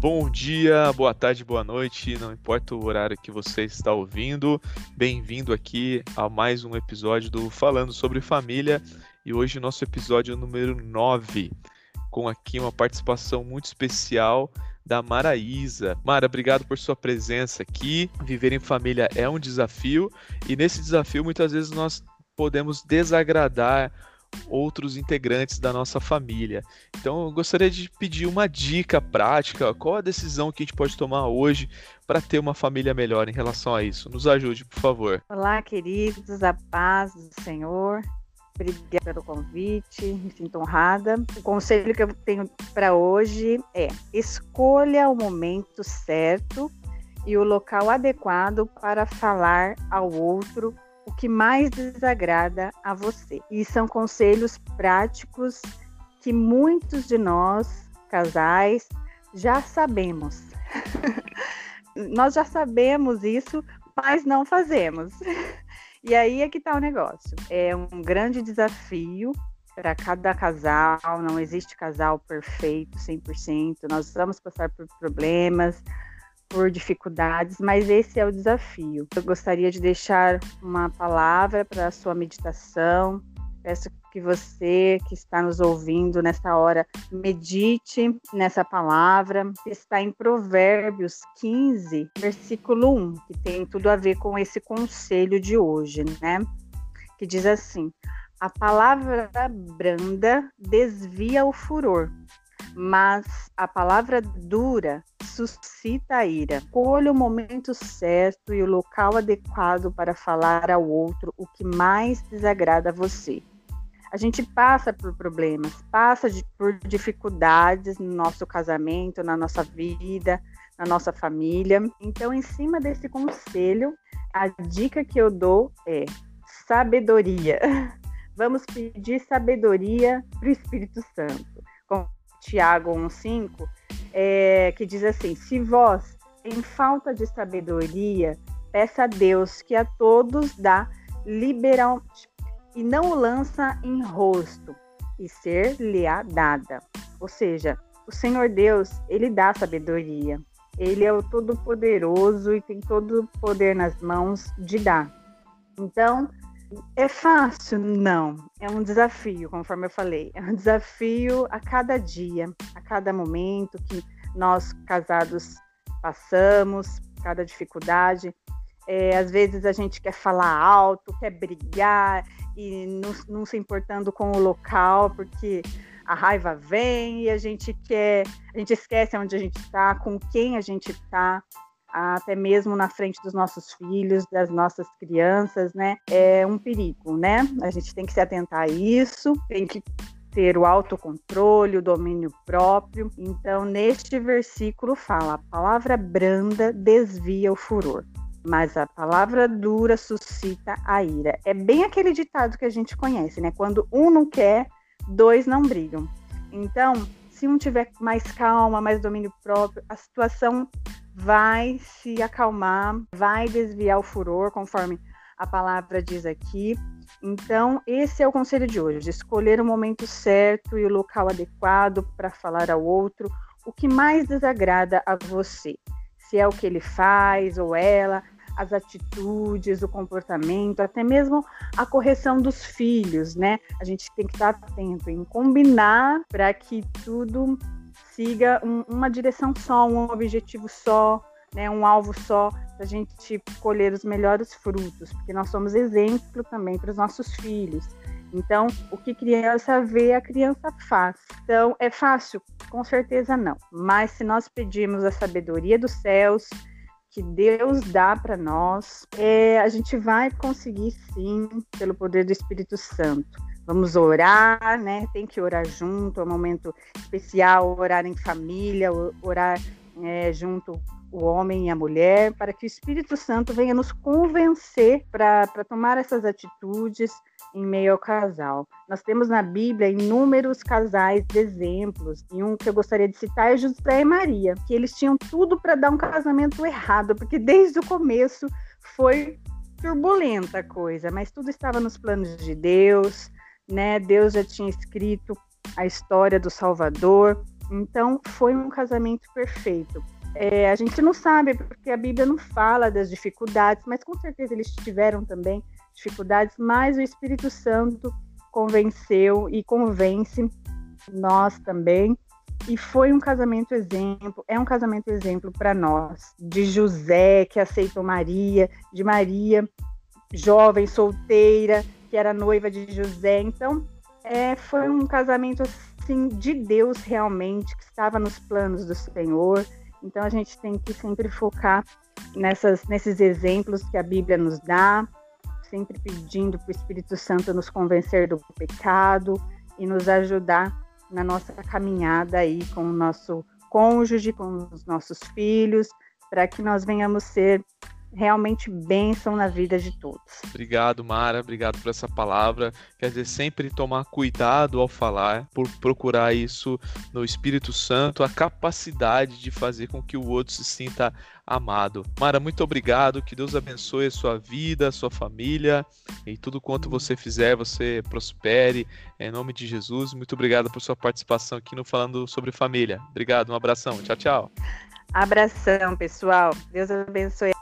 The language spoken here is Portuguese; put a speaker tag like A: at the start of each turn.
A: Bom dia, boa tarde, boa noite, não importa o horário que você está ouvindo, bem-vindo aqui a mais um episódio do Falando sobre Família e hoje nosso episódio número 9, com aqui uma participação muito especial da Maraísa. Mara, obrigado por sua presença aqui. Viver em família é um desafio e nesse desafio muitas vezes nós podemos desagradar outros integrantes da nossa família. Então, eu gostaria de pedir uma dica prática. Qual a decisão que a gente pode tomar hoje para ter uma família melhor em relação a isso? Nos ajude, por favor.
B: Olá, queridos, a paz do Senhor. Obrigada pelo convite, me sinto honrada. O conselho que eu tenho para hoje é: escolha o momento certo e o local adequado para falar ao outro o que mais desagrada a você. E são conselhos práticos que muitos de nós, casais, já sabemos. Nós já sabemos isso, mas não fazemos. E aí é que está o negócio. É um grande desafio para cada casal, não existe casal perfeito, 100%. Nós vamos passar por problemas, por dificuldades, mas esse é o desafio. Eu gostaria de deixar uma palavra para a sua meditação. Peço que você que está nos ouvindo nessa hora medite nessa palavra, que está em Provérbios 15, versículo 1, que tem tudo a ver com esse conselho de hoje, né? Que diz assim: a palavra branda desvia o furor, mas a palavra dura suscita a ira. Escolha o momento certo e o local adequado para falar ao outro o que mais desagrada a você. A gente passa por problemas, por dificuldades no nosso casamento, na nossa vida, na nossa família. Então, em cima desse conselho, a dica que eu dou é sabedoria. Vamos pedir sabedoria para o Espírito Santo. Com Tiago 1,5, que diz assim: se vós, em falta de sabedoria, peça a Deus que a todos dá liberalmente e não o lança em rosto, e ser-lhe-á dada. Ou seja, o Senhor Deus, Ele dá sabedoria. Ele é o Todo-Poderoso e tem todo o poder nas mãos de dar. Então, é fácil? Não. É um desafio, conforme eu falei. É um desafio a cada dia, a cada momento que nós casados passamos, cada dificuldade. Às vezes a gente quer falar alto, quer brigar e não se importando com o local, porque a raiva vem e a gente esquece onde a gente está, com quem a gente está, até mesmo na frente dos nossos filhos, das nossas crianças, né? É um perigo, né? A gente tem que se atentar a isso, tem que ter o autocontrole, o domínio próprio. Então, neste versículo fala: a palavra branda desvia o furor, mas a palavra dura suscita a ira. É bem aquele ditado que a gente conhece, né? Quando um não quer, dois não brigam. Então, se um tiver mais calma, mais domínio próprio, a situação vai se acalmar, vai desviar o furor, conforme a palavra diz aqui. Então, esse é o conselho de hoje: escolher o momento certo e o local adequado para falar ao outro o que mais desagrada a você. Se é o que ele faz ou ela, as atitudes, o comportamento, até mesmo a correção dos filhos, né? A gente tem que estar atento em combinar para que tudo siga uma direção só, um objetivo só, né? Um alvo só, para a gente colher os melhores frutos, porque nós somos exemplo também para os nossos filhos. Então, o que criança vê, a criança faz. Então, é fácil? Com certeza não. Mas se nós pedirmos a sabedoria dos céus, que Deus dá para nós, a gente vai conseguir sim, pelo poder do Espírito Santo. Vamos orar, né? Tem que orar junto, é um momento especial, orar em família, orar junto o homem e a mulher, para que o Espírito Santo venha nos convencer para tomar essas atitudes em meio ao casal. Nós temos na Bíblia inúmeros casais de exemplos, e um que eu gostaria de citar é José e Maria, que eles tinham tudo para dar um casamento errado, porque desde o começo foi turbulenta a coisa, mas tudo estava nos planos de Deus, né? Deus já tinha escrito a história do Salvador, Então, foi um casamento perfeito. A gente não sabe, porque a Bíblia não fala das dificuldades, mas com certeza eles tiveram também dificuldades, mas o Espírito Santo convenceu e convence nós também. E foi um casamento exemplo, é um casamento exemplo para nós, de José, que aceitou Maria, de Maria, jovem, solteira, que era noiva de José. Então, foi um casamento assim de Deus realmente, que estava nos planos do Senhor. Então, a gente tem que sempre focar nesses exemplos que a Bíblia nos dá, sempre pedindo para o Espírito Santo nos convencer do pecado e nos ajudar na nossa caminhada aí com o nosso cônjuge, com os nossos filhos, para que nós venhamos ser realmente bênção na vida de todos.
A: Obrigado, Mara, obrigado por essa palavra. Quer dizer, sempre tomar cuidado ao falar, por procurar isso no Espírito Santo, a capacidade de fazer com que o outro se sinta amado. Mara, muito obrigado, que Deus abençoe a sua vida, a sua família, e tudo quanto você fizer, você prospere, em nome de Jesus. Muito obrigado por sua participação aqui no Falando sobre Família. Obrigado, um abração, tchau, tchau.
B: Abração, pessoal. Deus abençoe